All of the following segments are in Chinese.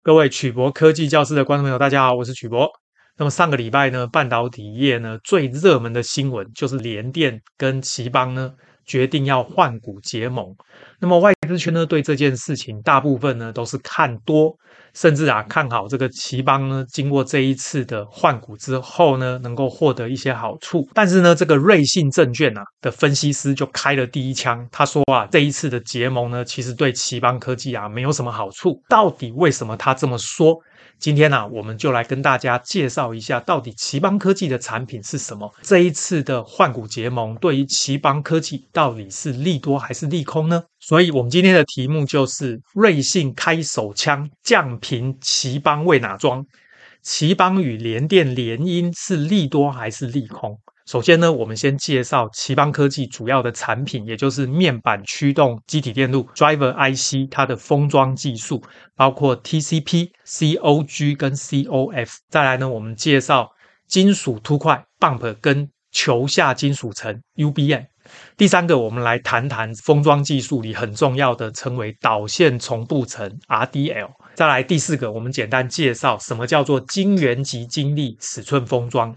各位曲博科技教室的观众朋友，大家好，我是曲博。那么上个礼拜呢，半导体业呢最热门的新闻就是联电跟奇邦呢决定要换股结盟。那么外资圈呢对这件事情大部分呢都是看多，甚至看好这个奇邦呢经过这一次的换股之后呢能够获得一些好处。但是呢这个瑞信证券的分析师就开了第一枪，他说这一次的结盟呢其实对奇邦科技没有什么好处。到底为什么他这么说？今天我们就来跟大家介绍一下，到底奇邦科技的产品是什么？这一次的换股结盟对于奇邦科技到底是利多还是利空呢？所以我们今天的题目就是瑞信开手枪降评奇邦为哪桩？奇邦与联电联姻是利多还是利空？首先呢，我们先介绍奇邦科技主要的产品，也就是面板驱动基体电路 Driver IC 它的封装技术，包括 TCP、COG 跟 COF。再来呢，我们介绍金属凸块 Bump 跟球下金属层 UBM。第三个，我们来谈谈封装技术里很重要的，称为导线重布层 RDL。再来第四个，我们简单介绍什么叫做晶圆级晶粒尺寸封装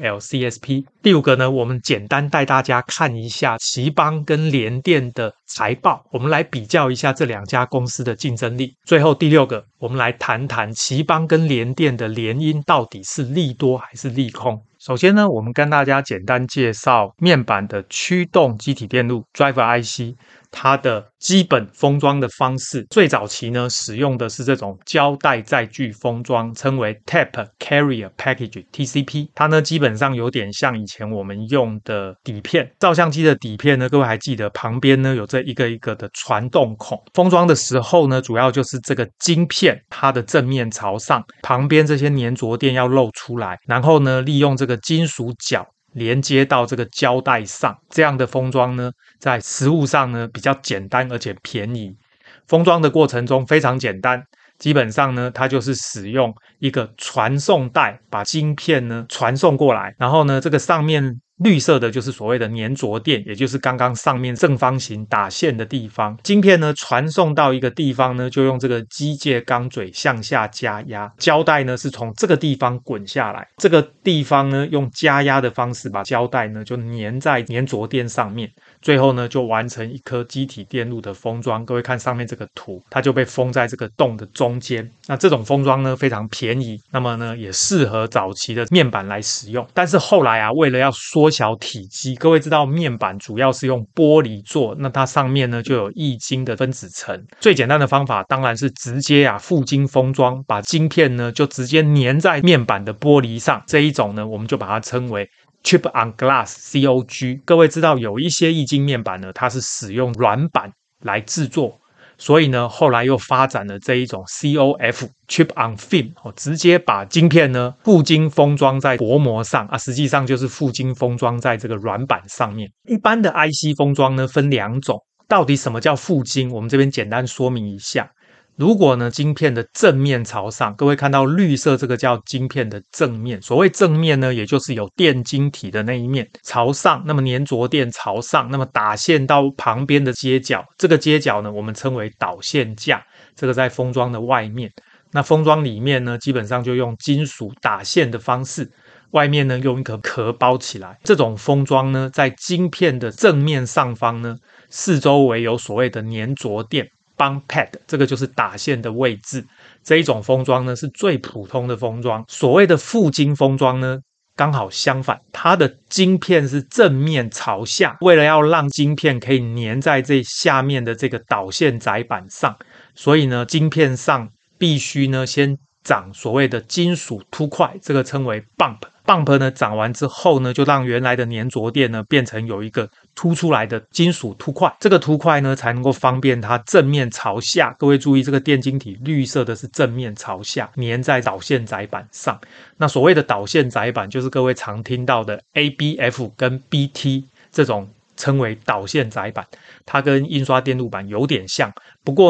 WLCSP。第五个呢，我们简单带大家看一下奇邦跟联电的财报，我们来比较一下这两家公司的竞争力。最后第六个，我们来谈谈奇邦跟联电的联姻到底是利多还是利空。首先呢，我们跟大家简单介绍面板的驱动基体电路 Driver IC。它的基本封装的方式，最早期呢使用的是这种胶带载具封装，称为 Tape Carrier Package TCP。它呢基本上有点像以前我们用的底片，照相机的底片呢，各位还记得旁边呢有这一个一个的传动孔。封装的时候呢，主要就是这个晶片它的正面朝上，旁边这些粘着垫要露出来，然后呢利用这个金属角连接到这个胶带上，这样的封装呢，在实物上呢比较简单而且便宜。封装的过程中非常简单，基本上呢，它就是使用一个传送带把晶片呢传送过来，然后呢，这个上面绿色的就是所谓的粘着垫，也就是刚刚上面正方形打线的地方。晶片呢传送到一个地方呢，就用这个机械钢嘴向下加压，胶带呢是从这个地方滚下来，这个地方呢用加压的方式把胶带呢就粘在粘着垫上面，最后呢就完成一颗基体电路的封装。各位看上面这个图，它就被封在这个洞的中间。那这种封装呢非常便宜，那么呢也适合早期的面板来使用。但是后来为了要缩小体积，各位知道面板主要是用玻璃做，那它上面呢就有液晶的分子层。最简单的方法当然是直接覆晶封装，把晶片呢就直接粘在面板的玻璃上。这一种呢我们就把它称为Chip on Glass COG。 各位知道有一些液晶面板呢它是使用软板来制作，所以呢后来又发展了这一种 COF Chip on Film， 直接把晶片呢覆晶封装在薄膜上实际上就是覆晶封装在这个软板上面。一般的 IC 封装呢分两种，到底什么叫覆晶，我们这边简单说明一下。如果呢晶片的正面朝上，各位看到绿色这个叫晶片的正面，所谓正面呢也就是有电晶体的那一面朝上，那么粘着垫朝上，那么打线到旁边的接角，这个接角呢我们称为导线架，这个在封装的外面。那封装里面呢基本上就用金属打线的方式，外面呢用一个壳包起来。这种封装呢在晶片的正面上方呢，四周围有所谓的粘着垫bond pad， 这个就是打线的位置。这一种封装呢是最普通的封装。所谓的覆晶封装呢刚好相反，它的晶片是正面朝下，为了要让晶片可以粘在这下面的这个导线载板上，所以呢晶片上必须呢先长所谓的金属凸块，这个称为 bump 呢长完之后呢，就让原来的粘着垫呢变成有一个凸出来的金属凸块，这个凸块呢才能够方便它正面朝下。各位注意，这个电晶体绿色的是正面朝下，粘在导线载板上。那所谓的导线载板就是各位常听到的 ABF 跟 BT 这种称为导线载板，它跟印刷电路板有点像，不过呢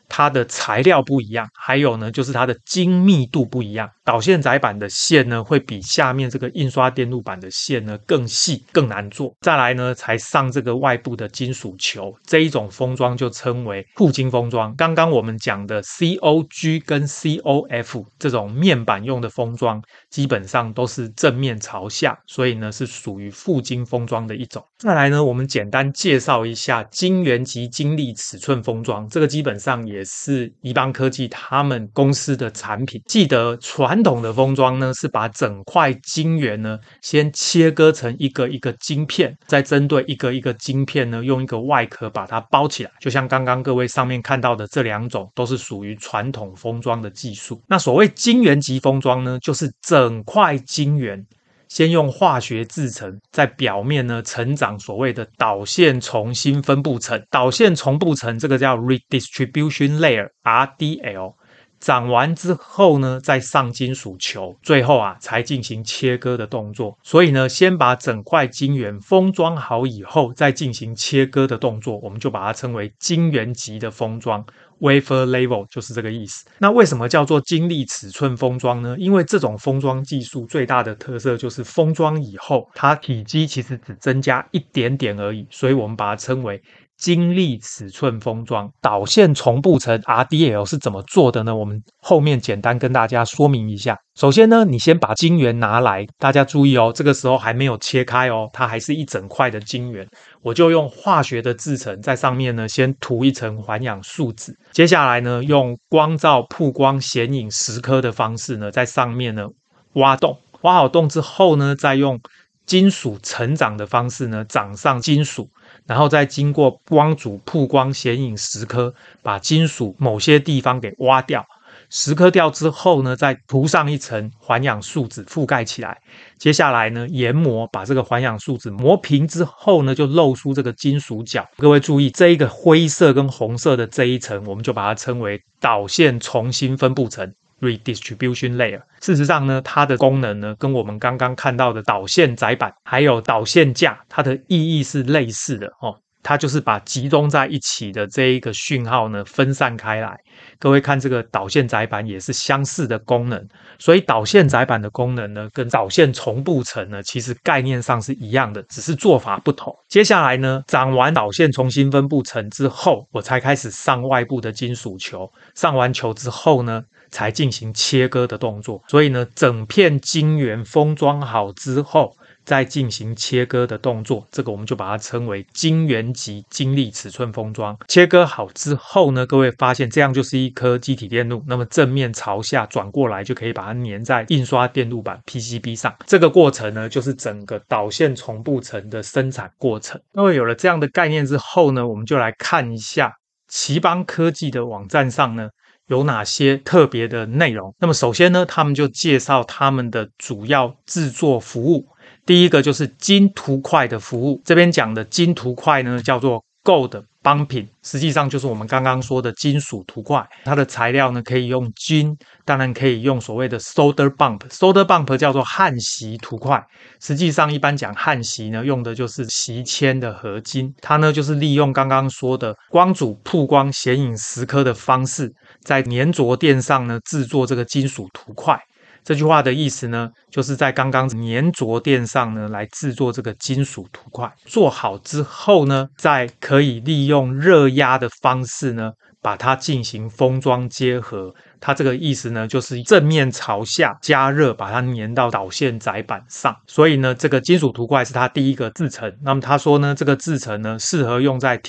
它的材料不一样，还有呢就是它的精密度不一样。导线载板的线呢会比下面这个印刷电路板的线呢更细更难做。再来呢才上这个外部的金属球，这一种封装就称为覆晶封装。刚刚我们讲的 COG 跟 COF 这种面板用的封装，基本上都是正面朝下，所以呢是属于覆晶封装的一种。再来呢我们简单介绍一下晶圆级晶粒尺寸封装，这个基本上也是宜邦科技他们公司的产品。记得传统的封装呢是把整块晶圆呢先切割成一个一个晶片，再针对一个一个晶片呢用一个外壳把它包起来，就像刚刚各位上面看到的这两种都是属于传统封装的技术。那所谓晶圆级封装呢，就是整块晶圆先用化学制成，在表面呢成长所谓的导线重新分布层。导线重布层这个叫 redistribution layer，RDL。长完之后呢，再上金属球，最后才进行切割的动作。所以呢，先把整块晶圆封装好以后，再进行切割的动作，我们就把它称为晶圆级的封装。Wafer level 就是这个意思。那为什么叫做晶粒尺寸封装呢？因为这种封装技术最大的特色就是封装以后，它体积其实只增加一点点而已，所以我们把它称为晶粒尺寸封装。导线重布层 RDL 是怎么做的呢？我们后面简单跟大家说明一下。首先呢，你先把晶圆拿来，大家注意哦，这个时候还没有切开哦，它还是一整块的晶圆。我就用化学的制成，在上面呢先涂一层环氧树脂，接下来呢用光照曝光显影蚀刻的方式呢，在上面呢挖洞，挖好洞之后呢，再用金属成长的方式呢长上金属，然后再经过光阻曝光显影蚀刻，把金属某些地方给挖掉。蚀刻掉之后呢，再涂上一层环氧树脂覆盖起来。接下来呢，研磨，把这个环氧树脂磨平之后呢，就露出这个金属角。各位注意，这一个灰色跟红色的这一层，我们就把它称为导线重新分布层。Redistribution layer。事实上呢，它的功能呢，跟我们刚刚看到的导线载板还有导线架，它的意义是类似的哦。它就是把集中在一起的这一个讯号呢分散开来。各位看这个导线载板也是相似的功能，所以导线载板的功能呢跟导线重布层呢其实概念上是一样的，只是做法不同。接下来呢，长完导线重新分布层之后，我才开始上外部的金属球，上完球之后呢，才进行切割的动作。所以呢，整片晶圆封装好之后，再进行切割的动作，这个我们就把它称为晶圆级晶粒尺寸封装。切割好之后呢，各位发现这样就是一颗基体电路，那么正面朝下转过来，就可以把它粘在印刷电路板 PCB 上。这个过程呢，就是整个导线重布层的生产过程。那么有了这样的概念之后呢，我们就来看一下奇邦科技的网站上呢，有哪些特别的内容。那么首先呢，他们就介绍他们的主要制作服务。第一个就是金涂块的服务，这边讲的金涂块呢叫做 Gold Bumping， 实际上就是我们刚刚说的金属涂块。它的材料呢可以用金，当然可以用所谓的 solder bump。solder bump 叫做焊锡涂块，实际上一般讲焊锡呢用的就是锡铅的合金，它呢就是利用刚刚说的光阻曝光显影蚀刻的方式，在粘着垫上呢制作这个金属涂块。这句话的意思呢，就是在刚刚粘着垫上呢，来制作这个金属涂块。做好之后呢，再可以利用热压的方式呢，把它进行封装结合。它这个意思呢，就是正面朝下加热，把它粘到导线载板上。所以呢，这个金属涂块是它第一个制程。那么他说呢，这个制程呢，适合用在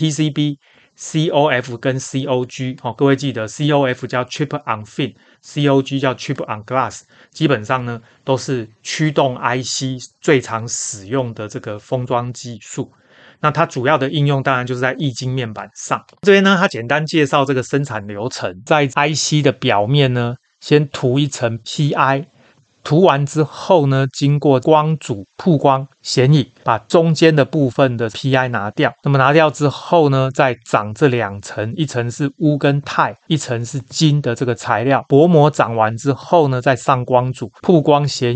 TCB、COF 跟 COG。各位记得 COF 叫 Chip on Film。COG 叫 Chip on Glass， 基本上呢都是驱动 IC 最常使用的这个封装技术。那它主要的应用当然就是在液晶面板上。这边呢，它简单介绍这个生产流程，在 IC 的表面呢，先涂一层 PI。涂完之后呢，经过光阻曝光显影，把中间的部分的 PI 拿掉。那么拿掉之后呢，再长这两层，一层是钨跟钛，一层是金的这个材料。薄膜长完之后呢，再上光阻曝光显影，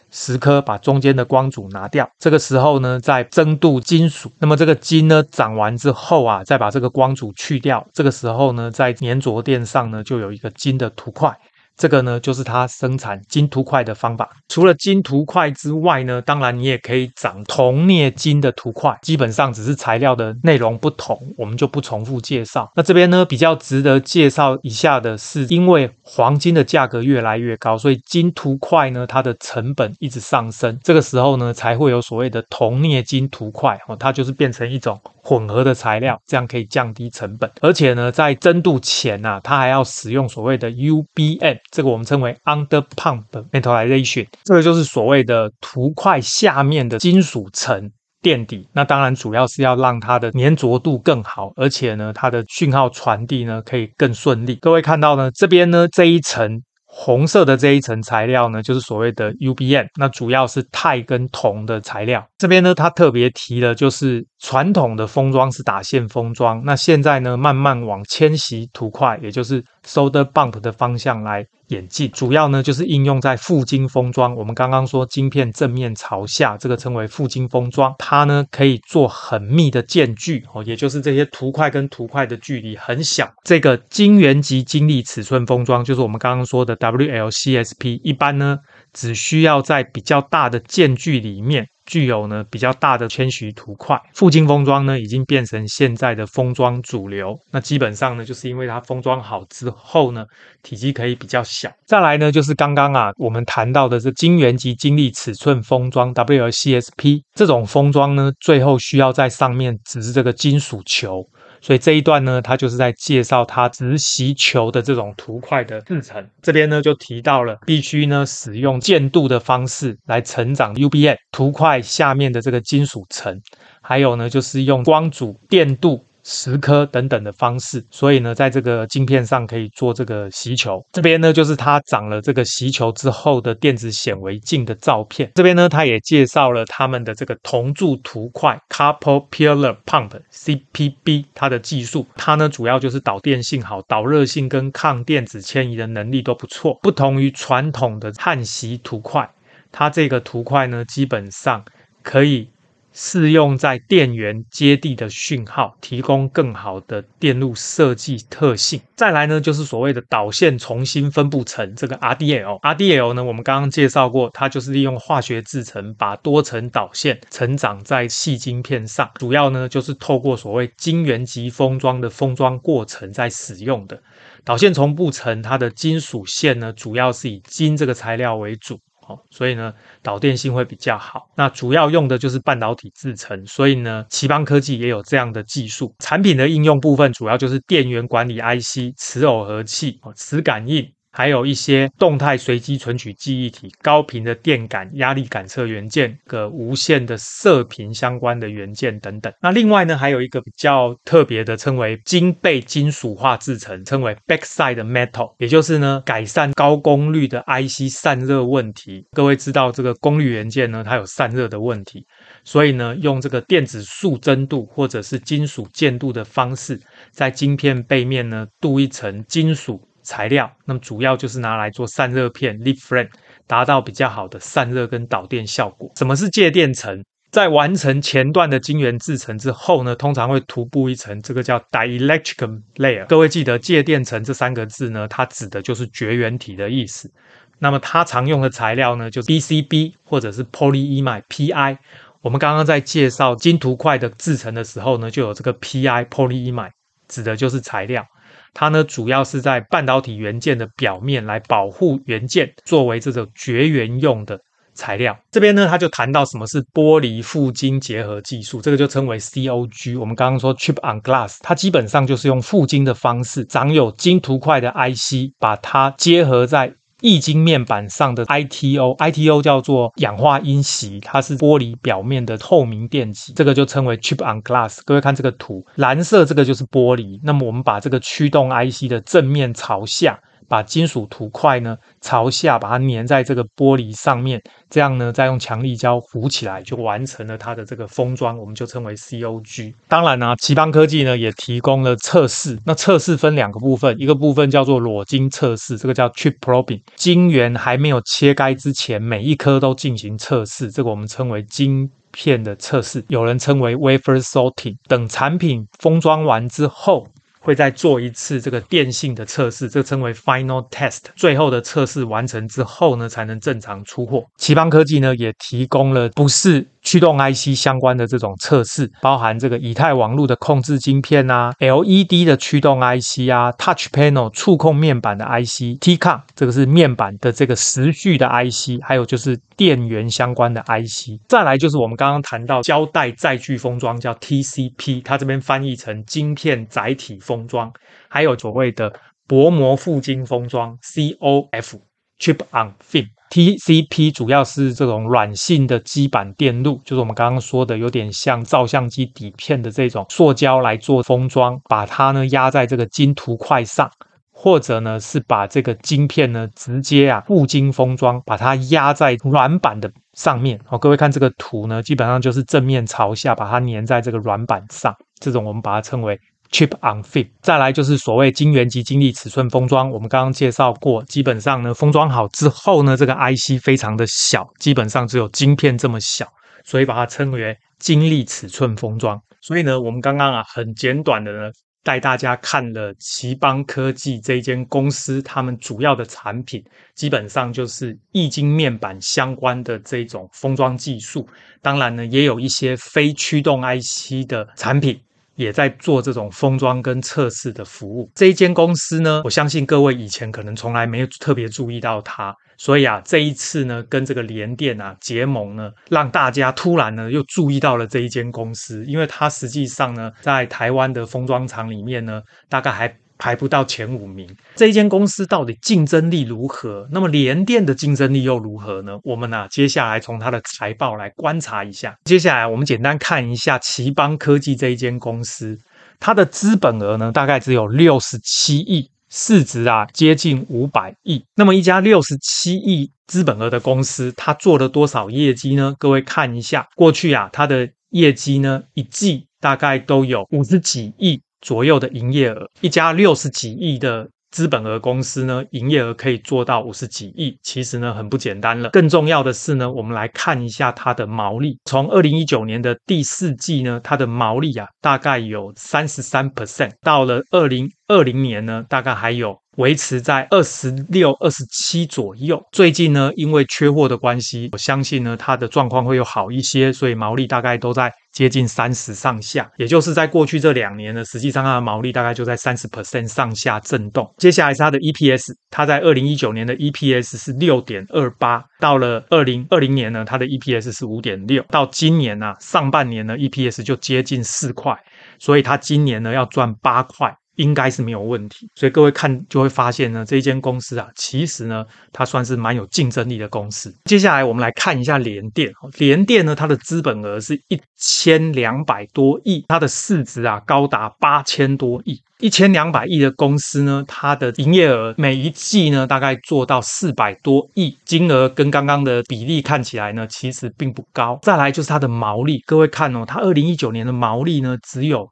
10颗，把中间的光阻拿掉。这个时候呢，再增镀金属。那么这个金呢长完之后啊，再把这个光阻去掉。这个时候呢，在粘着垫上呢，就有一个金的涂块。这个呢，就是它生产金涂块的方法。除了金涂块之外呢，当然你也可以长铜镍金的涂块，基本上只是材料的内容不同，我们就不重复介绍。那这边呢，比较值得介绍一下的是，因为黄金的价格越来越高，所以金涂块呢，它的成本一直上升。这个时候呢，才会有所谓的铜镍金涂块，它就是变成一种混合的材料，这样可以降低成本。而且呢，在增镀前啊，它还要使用所谓的 UBM。这个我们称为 under pump metallization， 这个就是所谓的涂块下面的金属层垫底。那当然主要是要让它的粘着度更好，而且呢它的讯号传递呢可以更顺利。各位看到呢，这边呢这一层红色的这一层材料呢，就是所谓的 UBM， 那主要是钛跟铜的材料。这边呢，它特别提了，就是传统的封装是打线封装，那现在呢，慢慢往铅锡涂块，也就是 solder bump 的方向来演进。主要呢，就是应用在负晶封装。我们刚刚说晶片正面朝下，这个称为负晶封装，它呢可以做很密的间距，也就是这些涂块跟涂块的距离很小。这个晶圆级晶粒尺寸封装，就是我们刚刚说的 WLCSP， 一般呢只需要在比较大的间距里面具有呢比较大的铅锡涂块。负晶封装呢已经变成现在的封装主流，那基本上呢就是因为它封装好之后呢体积可以比较小。再来呢就是刚刚我们谈到的这晶圆级晶粒尺寸封装 WLCSP， 这种封装呢最后需要在上面只是这个金属球。所以这一段呢，它就是在介绍它直锡球的这种涂块的制成。这边呢就提到了，必须呢使用渐度的方式来成长 UBM 涂块下面的这个金属层，还有呢就是用光阻、电镀、10颗等等的方式，所以呢，在这个晶片上可以做这个锡球。这边呢，就是它长了这个锡球之后的电子显微镜的照片。这边呢，它也介绍了他们的这个铜柱涂块 Couple Pillar Pump（CPB） 它的技术。它呢，主要就是导电性好，导热性跟抗电子迁移的能力都不错。不同于传统的焊锡涂块，它这个涂块呢，基本上可以适用在电源接地的讯号，提供更好的电路设计特性。再来呢，就是所谓的导线重新分布层，这个 RDL。RDL 呢，我们刚刚介绍过，它就是利用化学制成，把多层导线成长在细晶片上，主要呢就是透过所谓晶圆级封装的封装过程在使用的。导线重布层，它的金属线呢，主要是以金这个材料为主。所以呢，导电性会比较好。那主要用的就是半导体制成，所以呢，奇邦科技也有这样的技术。产品的应用部分主要就是电源管理 IC、磁耦合器、磁感应，还有一些动态随机存取记忆体、高频的电感、压力感测元件、无线的射频相关的元件等等。那另外呢，还有一个比较特别的，称为晶背金属化制成，称为 backside metal， 也就是呢改善高功率的 IC 散热问题。各位知道这个功率元件呢，它有散热的问题，所以呢用这个电子束增镀或者是金属渐镀的方式，在晶片背面呢镀一层金属材料，那么主要就是拿来做散热片 lead frame， 达到比较好的散热跟导电效果。什么是介电层？在完成前段的晶圆制成之后呢，通常会涂布一层，这个叫 dielectric layer。各位记得介电层这3个字呢，它指的就是绝缘体的意思。那么它常用的材料呢，就是 PCB 或者是 polyimide PI。我们刚刚在介绍金涂块的制成的时候呢，就有这个 PI polyimide， 指的就是材料。它呢主要是在半导体元件的表面来保护元件，作为这种绝缘用的材料。这边呢他就谈到什么是玻璃负晶结合技术，这个就称为 COG。 我们刚刚说 Chip on Glass， 它基本上就是用负晶的方式，长有金涂块的 IC， 把它结合在液晶面板上的 ITO 叫做氧化铟锡，它是玻璃表面的透明电极，这个就称为 Chip on Glass。 各位看这个图，蓝色这个就是玻璃，那么我们把这个驱动 IC 的正面朝下， 把金属涂块呢朝下把它粘在这个玻璃上面，这样呢再用强力胶糊起来，就完成了它的这个封装，我们就称为 COG。当然呢，奇邦科技呢也提供了测试，那测试分2个部分，一个部分叫做裸晶测试，这个叫 chip probing， 晶圆还没有切开之前，每一颗都进行测试，这个我们称为晶片的测试，有人称为 wafer sorting。等产品封装完之后，会再做一次这个电性的测试，这个称为 final test。最后的测试完成之后呢，才能正常出货。奇邦科技呢也提供了不是驱动 IC 相关的这种测试，包含这个以太网络的控制晶片啊、LED 的驱动 IC 啊、Touch Panel 触控面板的 IC、Tcon 这个是面板的这个时序的 IC， 还有就是电源相关的 IC。再来就是我们刚刚谈到胶带载具封装叫 TCP， 它这边翻译成晶片载体封装，还有所谓的薄膜覆晶封装 COF。Chip on Film。TCP 主要是这种软性的基板电路，就是我们刚刚说的有点像照相机底片的这种塑胶来做封装，把它呢压在这个晶涂块上，或者呢是把这个晶片呢直接覆晶封装，把它压在软板的上面。各位看这个图呢，基本上就是正面朝下，把它粘在这个软板上，这种我们把它称为Chip on Film。 再来就是所谓晶圆及晶粒尺寸封装，我们刚刚介绍过，基本上呢封装好之后呢，这个 IC 非常的小，基本上只有晶片这么小，所以把它称为晶粒尺寸封装。所以呢，我们刚刚很简短的呢带大家看了奇邦科技这间公司，他们主要的产品基本上就是液晶面板相关的这种封装技术，当然呢也有一些非驱动 IC 的产品也在做这种封装跟测试的服务。这一间公司呢，我相信各位以前可能从来没有特别注意到它，所以这一次呢跟这个联电结盟呢，让大家突然呢又注意到了这一间公司，因为它实际上呢在台湾的封装厂里面呢，大概还排不到前5名。这一间公司到底竞争力如何？那么联电的竞争力又如何呢？我们接下来从它的财报来观察一下。接下来我们简单看一下奇邦科技这一间公司，它的资本额呢大概只有67亿，市值接近500亿。那么一家67亿资本额的公司，它做了多少业绩呢？各位看一下，过去它的业绩呢一季大概都有50几亿左右的营业额。一家60几亿的资本额公司呢，营业额可以做到50几亿，其实呢很不简单了。更重要的是呢，我们来看一下它的毛利。从2019年的第4季呢，它的毛利大概有 33%， 到了2020年呢，大概还有维持在26、27左右。最近呢，因为缺货的关系，我相信呢它的状况会有好一些，所以毛利大概都在接近30上下，也就是在过去这2年呢，实际上它的毛利大概就在30% 上下震动。接下来是它的 EPS， 它在2019年的 EPS 是 6.28， 到了2020年呢，它的 EPS 是 5.6， 到今年上半年呢 EPS 就接近4块，所以它今年呢要赚8块。应该是没有问题，所以各位看就会发现呢，这一间公司其实呢，它算是蛮有竞争力的公司。接下来我们来看一下联电，联电呢，它的资本额是1200多亿，它的市值高达8000多亿。1200亿的公司呢，它的营业额每一季呢，大概做到400多亿，金额跟刚刚的比例看起来呢，其实并不高。再来就是它的毛利，各位看它2019年的毛利呢，只有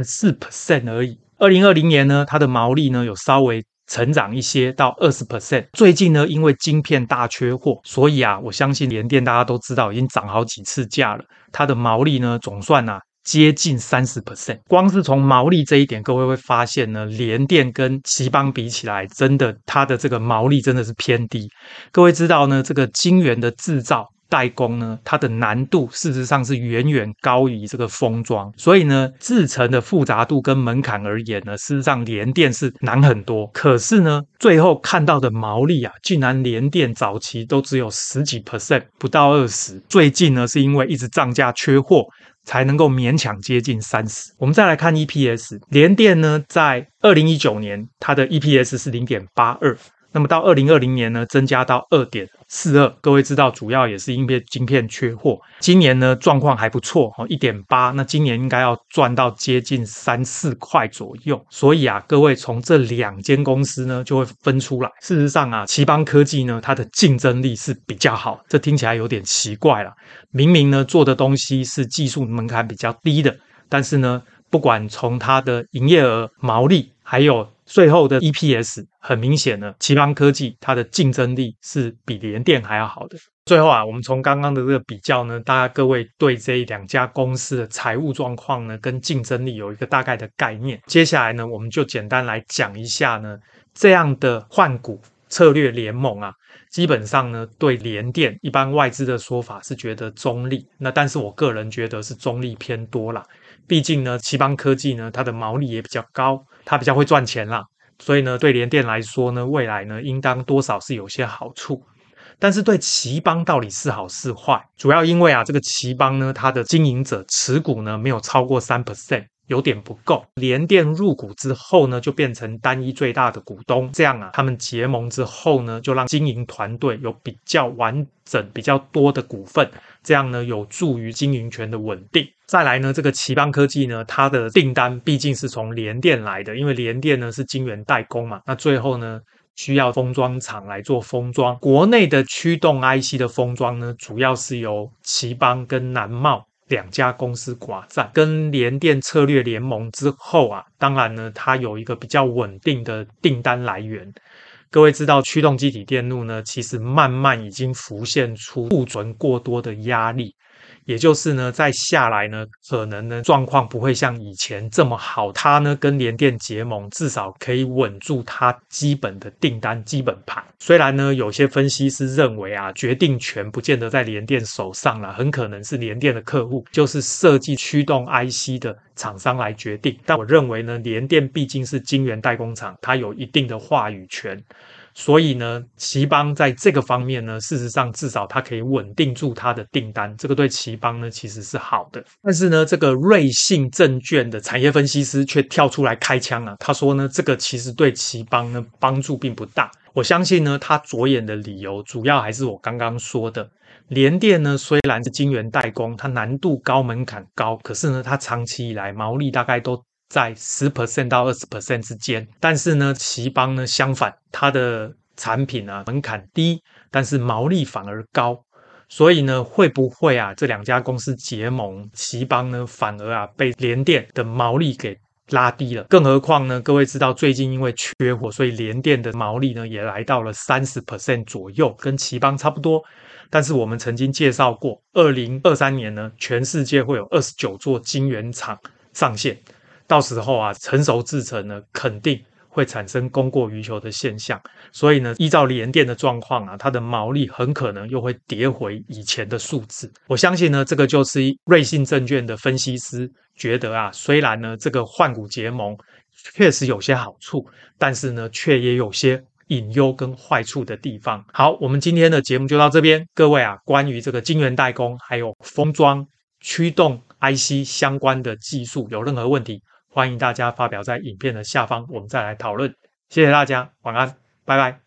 14% 而已。2020年呢，它的毛利呢有稍微成长一些到 20%。 最近呢，因为晶片大缺货，所以我相信联电大家都知道已经涨好几次价了，它的毛利呢总算接近 30%。 光是从毛利这一点，各位会发现呢，联电跟奇邦比起来，真的它的这个毛利真的是偏低。各位知道呢，这个晶圆的制造代工呢，它的难度事实上是远远高于这个封装，所以呢，制程的复杂度跟门槛而言呢，事实上联电是难很多。可是呢，最后看到的毛利竟然联电早期都只有10几%，不到20%。最近呢，是因为一直涨价缺货，才能够勉强接近30%。我们再来看 EPS， 联电呢，在2019年它的 EPS 是 0.82。 那么到2020年呢，增加到2.42，各位知道主要也是因为晶片缺货。今年呢状况还不错1.8，那今年应该要赚到接近3-4块左右。所以啊，各位从这2间公司呢就会分出来。事实上啊，奇邦科技呢它的竞争力是比较好，这听起来有点奇怪啦。明明呢做的东西是技术门槛比较低的，但是呢不管从它的营业额、毛利，还有最后的 EPS， 很明显呢，奇邦科技它的竞争力是比联电还要好的。最后啊，我们从刚刚的这个比较呢，大家各位对这2家公司的财务状况呢，跟竞争力有一个大概的概念。接下来呢，我们就简单来讲一下呢，这样的换股策略联盟啊，基本上呢，对联电一般外资的说法是觉得中立，那但是我个人觉得是中立偏多啦。毕竟呢，奇邦科技呢，它的毛利也比较高，它比较会赚钱啦，所以呢，对联电来说呢，未来呢，应当多少是有些好处。但是对奇邦到底是好是坏，主要因为啊，这个奇邦呢，它的经营者持股呢没有超过3%，有点不够。联电入股之后呢，就变成单一最大的股东，这样啊，他们结盟之后呢，就让经营团队有比较完整、比较多的股份，这样呢，有助于经营权的稳定。再来呢，这个奇邦科技呢，它的订单毕竟是从联电来的，因为联电呢是晶圆代工嘛，那最后呢，需要封装厂来做封装。国内的驱动 IC 的封装呢，主要是由奇邦跟南茂2家公司寡占。跟联电策略联盟之后啊，当然呢，它有一个比较稳定的订单来源。各位知道，驱动基体电路呢，其实慢慢已经浮现出库存过多的压力。也就是呢，再下来呢，可能呢状况不会像以前这么好。它呢跟联电结盟，至少可以稳住它基本的订单基本盘。虽然呢有些分析师认为啊，决定权不见得在联电手上啦，很可能是联电的客户，就是设计驱动 IC 的厂商来决定。但我认为呢，联电毕竟是晶圆代工厂，它有一定的话语权。所以呢，奇邦在这个方面呢，事实上至少它可以稳定住它的订单，这个对奇邦呢其实是好的。但是呢，这个瑞信证券的产业分析师却跳出来开枪啊，他说呢，这个其实对奇邦呢帮助并不大。我相信呢，他着眼的理由主要还是我刚刚说的，联电呢虽然是晶圆代工，它难度高、门槛高，可是呢，它长期以来毛利大概都在10%到20%之间，但是呢，奇邦呢相反，它的产品啊门槛低，但是毛利反而高，所以呢，会不会啊这2家公司结盟，奇邦呢反而啊被联电的毛利给拉低了？更何况呢，各位知道最近因为缺货，所以联电的毛利呢也来到了30%左右，跟奇邦差不多。但是我们曾经介绍过，2023年呢，全世界会有29座晶圆厂上线。到时候啊，成熟制程呢，肯定会产生供过于求的现象。所以呢，依照联电的状况啊，它的毛利很可能又会跌回以前的数字。我相信呢，这个就是瑞信证券的分析师觉得啊，虽然呢这个换股结盟确实有些好处，但是呢，却也有些隐忧跟坏处的地方。好，我们今天的节目就到这边。各位啊，关于这个晶圆代工还有封装、驱动 IC 相关的技术，有任何问题，欢迎大家发表在影片的下方，我们再来讨论。谢谢大家，晚安，拜拜。